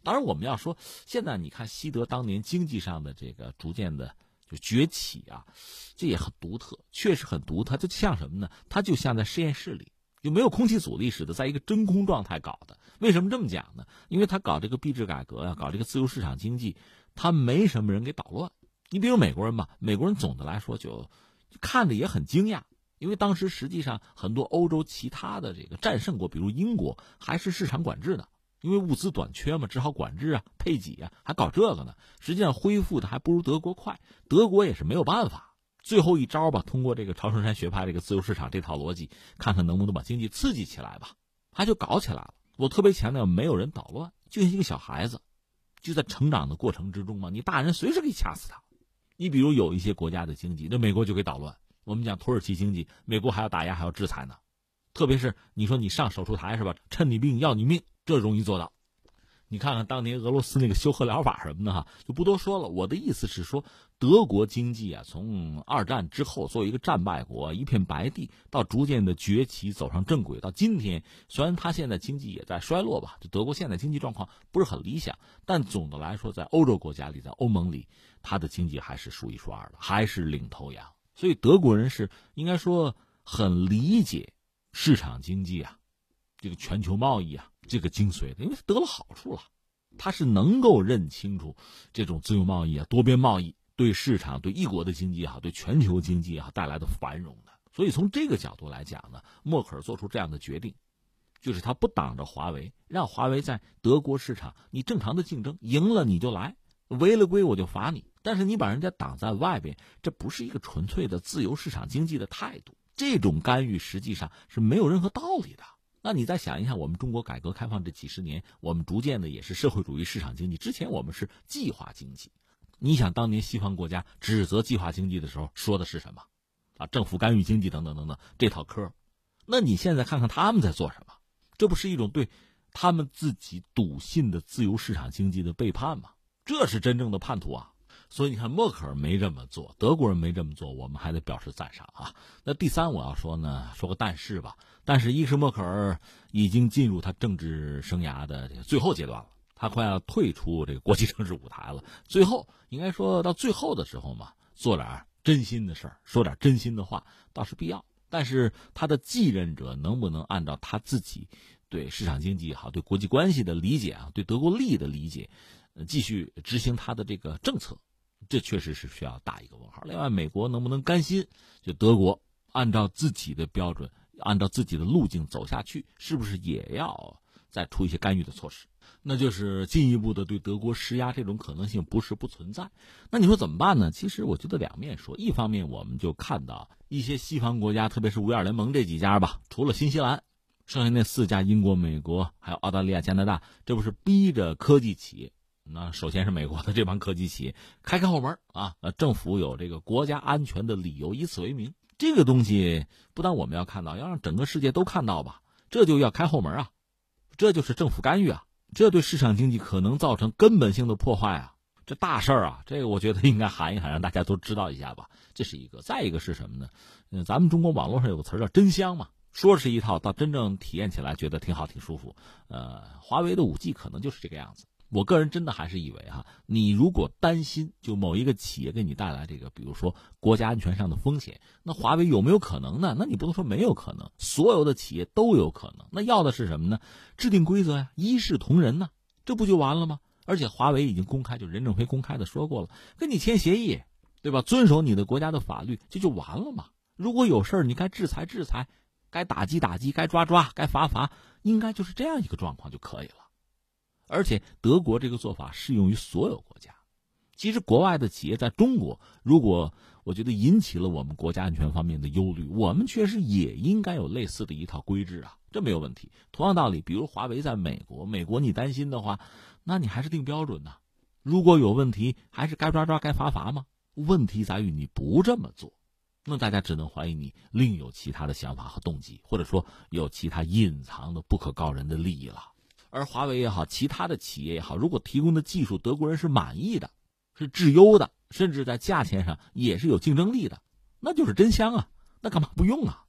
当然，我们要说，现在你看西德当年经济上的这个逐渐的就崛起啊，这也很独特，确实很独特。这就像什么呢？它就像在实验室里，就没有空气阻力似的，在一个真空状态搞的。为什么这么讲呢？因为他搞这个币制改革啊，搞这个自由市场经济，他没什么人给捣乱。你比如美国人吧，美国人总的来说就就看着也很惊讶。因为当时实际上很多欧洲其他的这个战胜国，比如英国，还是市场管制的，因为物资短缺嘛，只好管制啊、配给啊，还搞这个呢。实际上恢复的还不如德国快，德国也是没有办法。最后一招吧，通过这个曹春山学派这个自由市场这套逻辑，看看能不能把经济刺激起来吧。他就搞起来了。我特别强调，没有人捣乱，就像一个小孩子，就在成长的过程之中嘛，你大人随时可以掐死他。你比如有一些国家的经济，那美国就给捣乱。我们讲土耳其经济，美国还要打压，还要制裁呢。特别是你说你上手术台是吧，趁你病要你命，这容易做到。你看看当年俄罗斯那个休克疗法什么的哈，就不多说了。我的意思是说，德国经济啊，从二战之后作为一个战败国，一片白地，到逐渐的崛起，走上正轨，到今天，虽然它现在经济也在衰落吧，就德国现在经济状况不是很理想，但总的来说，在欧洲国家里，在欧盟里，它的经济还是数一数二的，还是领头羊。所以德国人是应该说很理解市场经济啊，这个全球贸易啊这个精髓的，因为他得了好处了，他是能够认清楚这种自由贸易啊、多边贸易对市场、对一国的经济也好、对全球经济也好带来的繁荣的。所以从这个角度来讲呢，默克尔做出这样的决定，就是他不挡着华为，让华为在德国市场你正常的竞争，赢了你就来，违了规我就罚你。但是你把人家挡在外边，这不是一个纯粹的自由市场经济的态度。这种干预实际上是没有任何道理的。那你再想一下，我们中国改革开放这几十年，我们逐渐的也是社会主义市场经济，之前我们是计划经济。你想当年西方国家指责计划经济的时候说的是什么啊？政府干预经济等等等等这套科。那你现在看看他们在做什么，这不是一种对他们自己笃信的自由市场经济的背叛吗？这是真正的叛徒啊！所以你看，默克尔没这么做，德国人没这么做，我们还得表示赞赏啊。那第三，我要说呢，说个但是吧。但是，一是默克尔已经进入他政治生涯的这个最后阶段了，他快要退出这个国际政治舞台了。最后，应该说到最后的时候嘛，做点真心的事儿，说点真心的话，倒是必要。但是，他的继任者能不能按照他自己对市场经济也好，对国际关系的理解啊，对德国利益的理解，呃，继续执行他的这个政策？这确实是需要打一个问号。另外，美国能不能甘心就德国按照自己的标准，按照自己的路径走下去，是不是也要再出一些干预的措施？那就是进一步的对德国施压，这种可能性不是不存在。那你说怎么办呢？其实我觉得两面说，一方面我们就看到一些西方国家，特别是五眼联盟这几家吧，除了新西兰，剩下那四家，英国、美国还有澳大利亚、加拿大，这不是逼着科技企业，那首先是美国的这帮科技企业开开后门啊，呃，政府有这个国家安全的理由，以此为名。这个东西不但我们要看到，要让整个世界都看到吧，这就要开后门啊，这就是政府干预啊，这对市场经济可能造成根本性的破坏啊，这大事儿啊，这个我觉得应该喊一喊，让大家都知道一下吧。这是一个。再一个是什么呢？嗯，咱们中国网络上有个词叫真香嘛，说是一套，到真正体验起来觉得挺好挺舒服。呃，华为的 五 G 可能就是这个样子。我个人真的还是以为哈，你如果担心就某一个企业给你带来这个，比如说国家安全上的风险，那华为有没有可能呢？那你不能说没有可能，所有的企业都有可能。那要的是什么呢？制定规则呀，一视同仁呢，这不就完了吗？而且华为已经公开，就任正非公开的说过了，跟你签协议，对吧？遵守你的国家的法律，这就完了嘛。如果有事儿，你该制裁制裁，该打击打击，该抓抓，该罚罚，应该就是这样一个状况就可以了。而且德国这个做法适用于所有国家。其实国外的企业在中国，如果我觉得引起了我们国家安全方面的忧虑，我们确实也应该有类似的一套规制啊，这没有问题。同样道理，比如华为在美国，美国你担心的话，那你还是定标准呐。如果有问题，还是该抓抓该罚罚吗？问题在于你不这么做，那大家只能怀疑你另有其他的想法和动机，或者说有其他隐藏的不可告人的利益了。而华为也好，其他的企业也好，如果提供的技术德国人是满意的，是质优的，甚至在价钱上也是有竞争力的，那就是真香啊，那干嘛不用啊？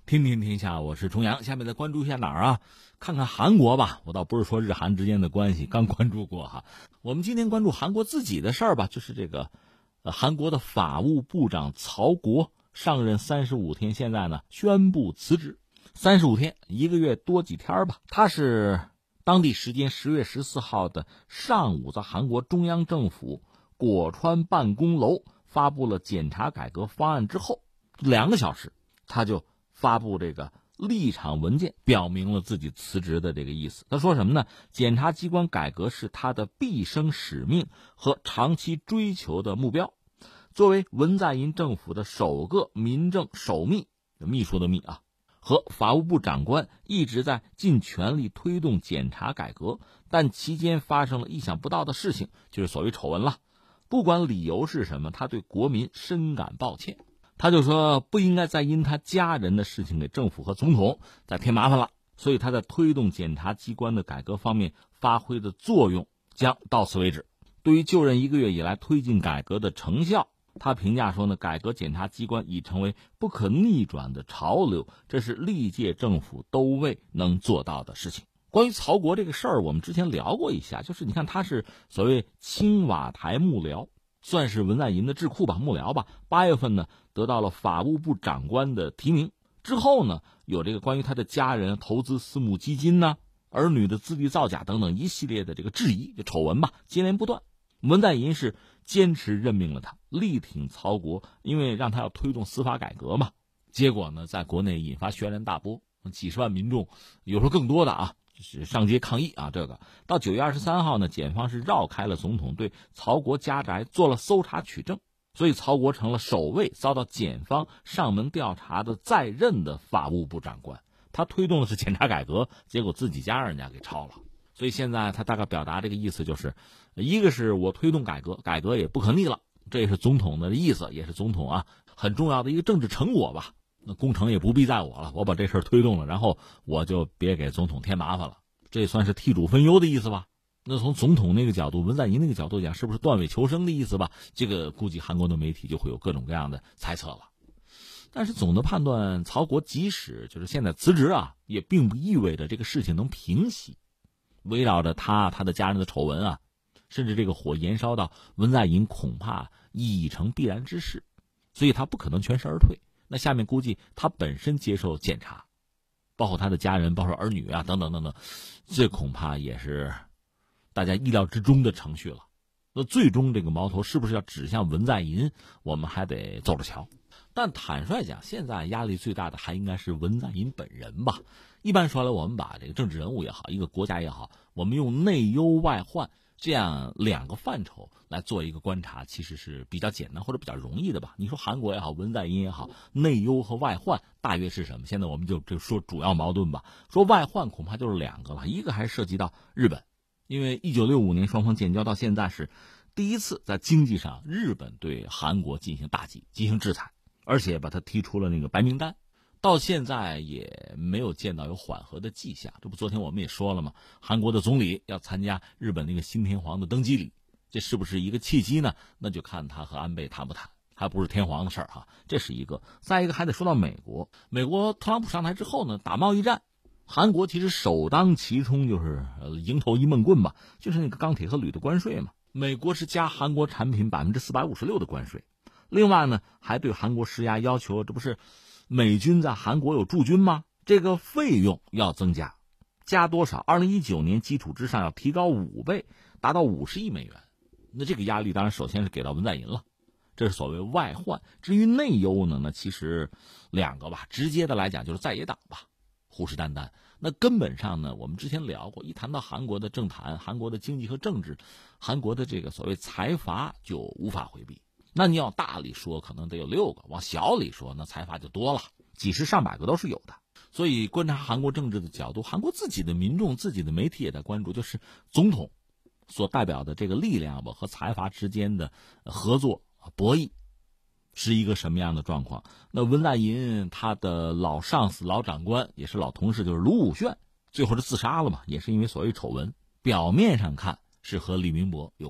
天天天下，我是重阳。下面再关注一下哪儿啊？看看韩国吧。我倒不是说日韩之间的关系，刚关注过哈。我们今天关注韩国自己的事儿吧，就是这个，呃，韩国的法务部长曹国上任三十五天，现在呢宣布辞职。三十五天，一个月多几天吧。他是当地时间十月十四号的上午，在韩国中央政府果川办公楼发布了检察改革方案之后，两个小时他就发布这个立场文件，表明了自己辞职的这个意思。他说什么呢？检察机关改革是他的毕生使命和长期追求的目标。作为文在寅政府的首个民政首秘，秘书的秘啊，和法务部长官一直在尽全力推动检察改革，但期间发生了意想不到的事情，就是所谓丑闻了。不管理由是什么，他对国民深感抱歉。他就说不应该再因他家人的事情给政府和总统再添麻烦了，所以他在推动检察机关的改革方面发挥的作用将到此为止。对于就任一个月以来推进改革的成效，他评价说呢，改革检察机关已成为不可逆转的潮流，这是历届政府都未能做到的事情。关于曹国这个事儿，我们之前聊过一下，就是你看他是所谓青瓦台幕僚，算是文在寅的智库吧，幕僚吧。八月份呢，得到了法务部长官的提名。之后呢，有这个关于他的家人投资私募基金呢、儿女的资历造假等等一系列的这个质疑、这丑闻吧，接连不断。文在寅是坚持任命了他，力挺曹国，因为让他要推动司法改革嘛。结果呢，在国内引发轩然大波，几十万民众，有时候更多的啊。是上街抗议啊！这个到九月二十三号呢，检方是绕开了总统，对曹国家宅做了搜查取证，所以曹国成了首位遭到检方上门调查的在任的法务部长官。他推动的是检察改革，结果自己家让人家给抄了。所以现在他大概表达这个意思就是，一个是我推动改革，改革也不可逆了，这也是总统的意思，也是总统啊很重要的一个政治成果吧。那工程也不必在我了，我把这事儿推动了，然后我就别给总统添麻烦了，这算是替主分忧的意思吧？那从总统那个角度，文在寅那个角度讲，是不是断尾求生的意思吧？这个估计韩国的媒体就会有各种各样的猜测了。但是总的判断，曹国即使就是现在辞职啊，也并不意味着这个事情能平息。围绕着他他的家人的丑闻啊，甚至这个火延烧到文在寅，恐怕已成必然之事，所以他不可能全身而退。那下面估计他本身接受检查，包括他的家人，包括儿女啊，等等等等，这恐怕也是大家意料之中的程序了。那最终这个矛头是不是要指向文在寅，我们还得走着瞧。但坦率讲，现在压力最大的还应该是文在寅本人吧。一般说来，我们把这个政治人物也好，一个国家也好，我们用内忧外患这样两个范畴来做一个观察，其实是比较简单或者比较容易的吧。你说韩国也好，文在寅也好，内忧和外患大约是什么？现在我们就就说主要矛盾吧。说外患恐怕就是两个了，一个还涉及到日本，因为一九六五年双方建交到现在是第一次在经济上日本对韩国进行打击、进行制裁，而且把它踢出了那个白名单。到现在也没有见到有缓和的迹象，这不昨天我们也说了吗？韩国的总理要参加日本那个新天皇的登基礼，这是不是一个契机呢？那就看他和安倍谈不谈，还不是天皇的事儿哈，这是一个。再一个还得说到美国，美国特朗普上台之后呢，打贸易战，韩国其实首当其冲就是迎头一闷棍吧，就是那个钢铁和铝的关税嘛。美国是加韩国产品百分之四百五十六的关税，另外呢还对韩国施压，要求这不是美军在韩国有驻军吗？这个费用要增加，加多少？二零一九年基础之上要提高五倍，达到五十亿美元。那这个压力当然首先是给到文在寅了，这是所谓外患。至于内忧呢，那其实两个吧，直接的来讲就是在野党吧，虎视眈眈。那根本上呢，我们之前聊过，一谈到韩国的政坛、韩国的经济和政治，韩国的这个所谓财阀就无法回避。那你要大里说，可能得有六个；往小里说，那财阀就多了，几十上百个都是有的。所以观察韩国政治的角度，韩国自己的民众、自己的媒体也在关注，就是总统所代表的这个力量吧和财阀之间的合作博弈是一个什么样的状况。那文在寅他的老上司、老长官也是老同事，就是卢武铉，最后是自杀了嘛，也是因为所谓丑闻。表面上看是和李明博有关，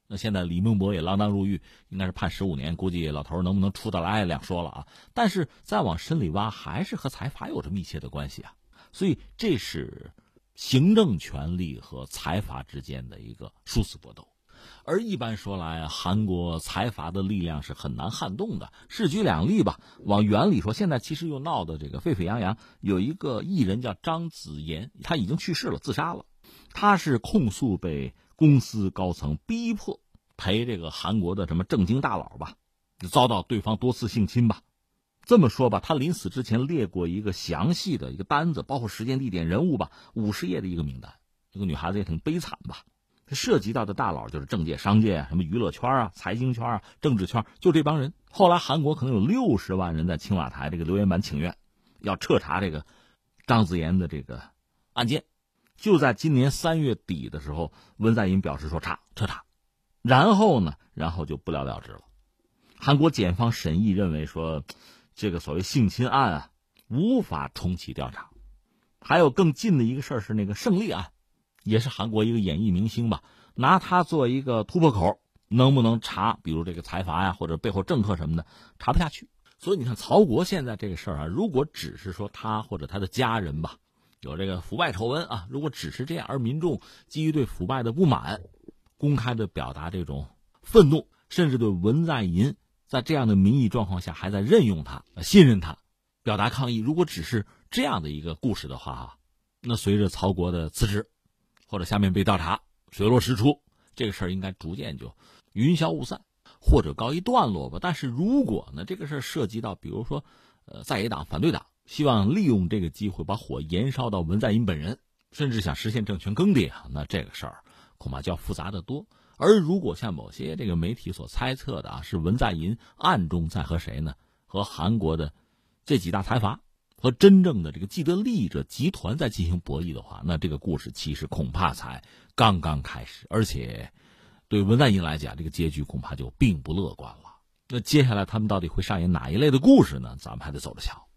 那现在李孟博也锒铛入狱，应该是判十五年，估计老头能不能出得来两说了啊。但是再往深里挖，还是和财阀有着密切的关系啊。所以这是行政权力和财阀之间的一个殊死搏斗。而一般说来，韩国财阀的力量是很难撼动的。势举两例吧，往远里说，现在其实又闹得这个沸沸扬扬。有一个艺人叫张子妍，他已经去世了，自杀了。他是控诉被公司高层逼迫陪这个韩国的什么政经大佬吧，遭到对方多次性侵吧。这么说吧，他临死之前列过一个详细的一个单子，包括时间、地点、人物吧，五十页的一个名单。这个女孩子也挺悲惨吧。涉及到的大佬就是政界、商界啊，什么娱乐圈啊、财经圈啊、政治圈，就这帮人。后来韩国可能有六十万人在青瓦台这个留言板请愿，要彻查这个张子妍的这个案件。就在今年三月底的时候，文在寅表示说查彻查，然后呢，然后就不了了之了。韩国检方审议认为说，这个所谓性侵案啊，无法重启调查。还有更近的一个事儿是那个胜利案。也是韩国一个演艺明星吧，拿他做一个突破口，能不能查比如这个财阀呀，或者背后政客什么的，查不下去。所以你看曹国现在这个事儿啊，如果只是说他或者他的家人吧有这个腐败丑闻啊，如果只是这样，而民众基于对腐败的不满，公开的表达这种愤怒，甚至对文在寅在这样的民意状况下还在任用他、信任他，表达抗议，如果只是这样的一个故事的话啊，那随着曹国的辞职或者下面被调查，水落石出，这个事儿应该逐渐就云消雾散，或者告一段落吧。但是如果呢，这个事儿涉及到比如说呃在野党、反对党希望利用这个机会把火延烧到文在寅本人，甚至想实现政权更迭啊，那这个事儿恐怕就要复杂得多。而如果像某些这个媒体所猜测的啊，是文在寅暗中在和谁呢？和韩国的这几大财阀和真正的这个既得利益者集团在进行博弈的话，那这个故事其实恐怕才刚刚开始，而且对文在寅来讲，这个结局恐怕就并不乐观了。那接下来他们到底会上演哪一类的故事呢？咱们还得走着瞧。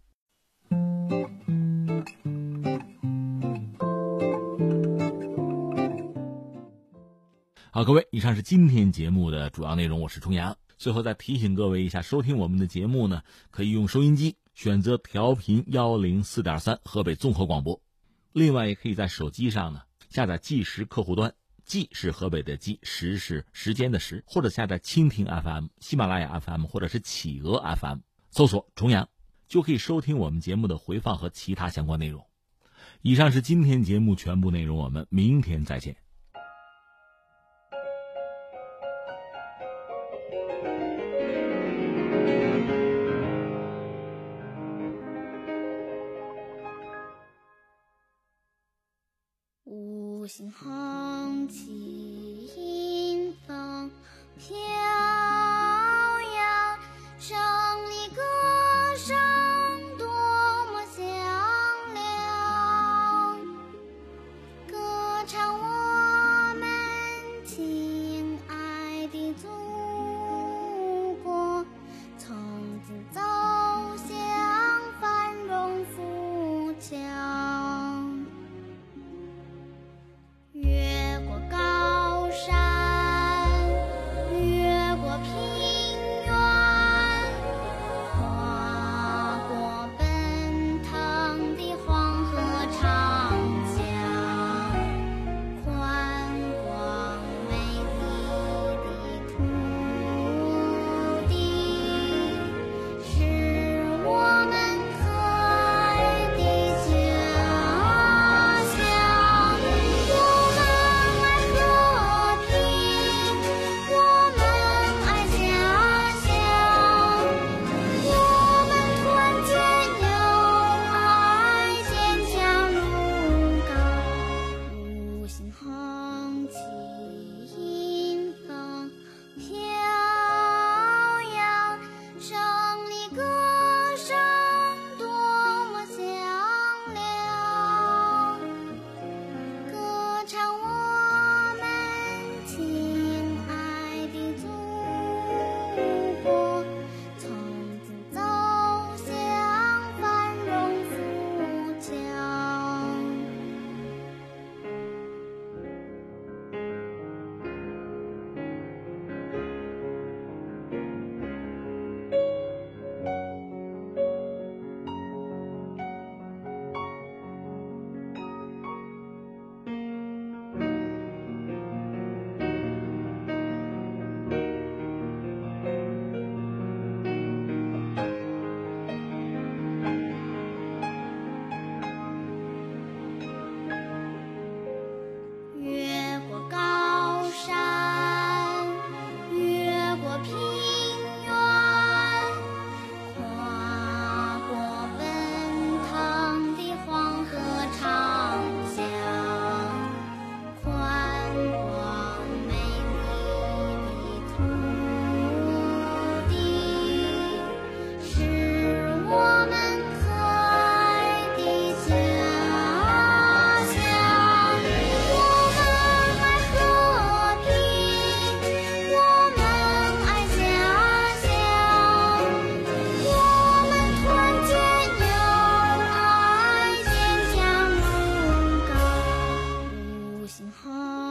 好，各位，以上是今天节目的主要内容，我是重阳。最后再提醒各位一下，收听我们的节目呢，可以用收音机选择调频一零四点三河北综合广播，另外也可以在手机上呢下载计时客户端，计是河北的计，时是时间的时，或者下载蜻蜓 F M、喜马拉雅 F M 或者是企鹅 F M， 搜索重阳就可以收听我们节目的回放和其他相关内容。以上是今天节目全部内容，我们明天再见。 五星红旗风飘扬，胜利歌声多么响亮，歌唱我们亲爱的祖国，从今走向繁荣富强。越过高山，越过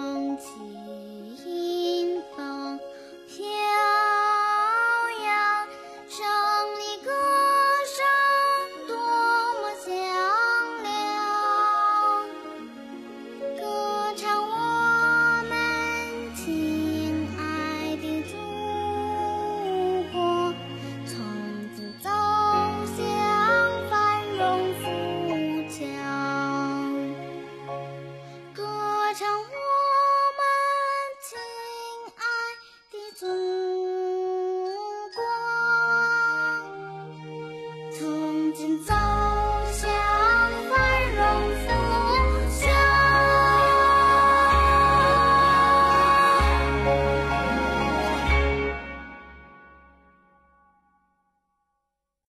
升起。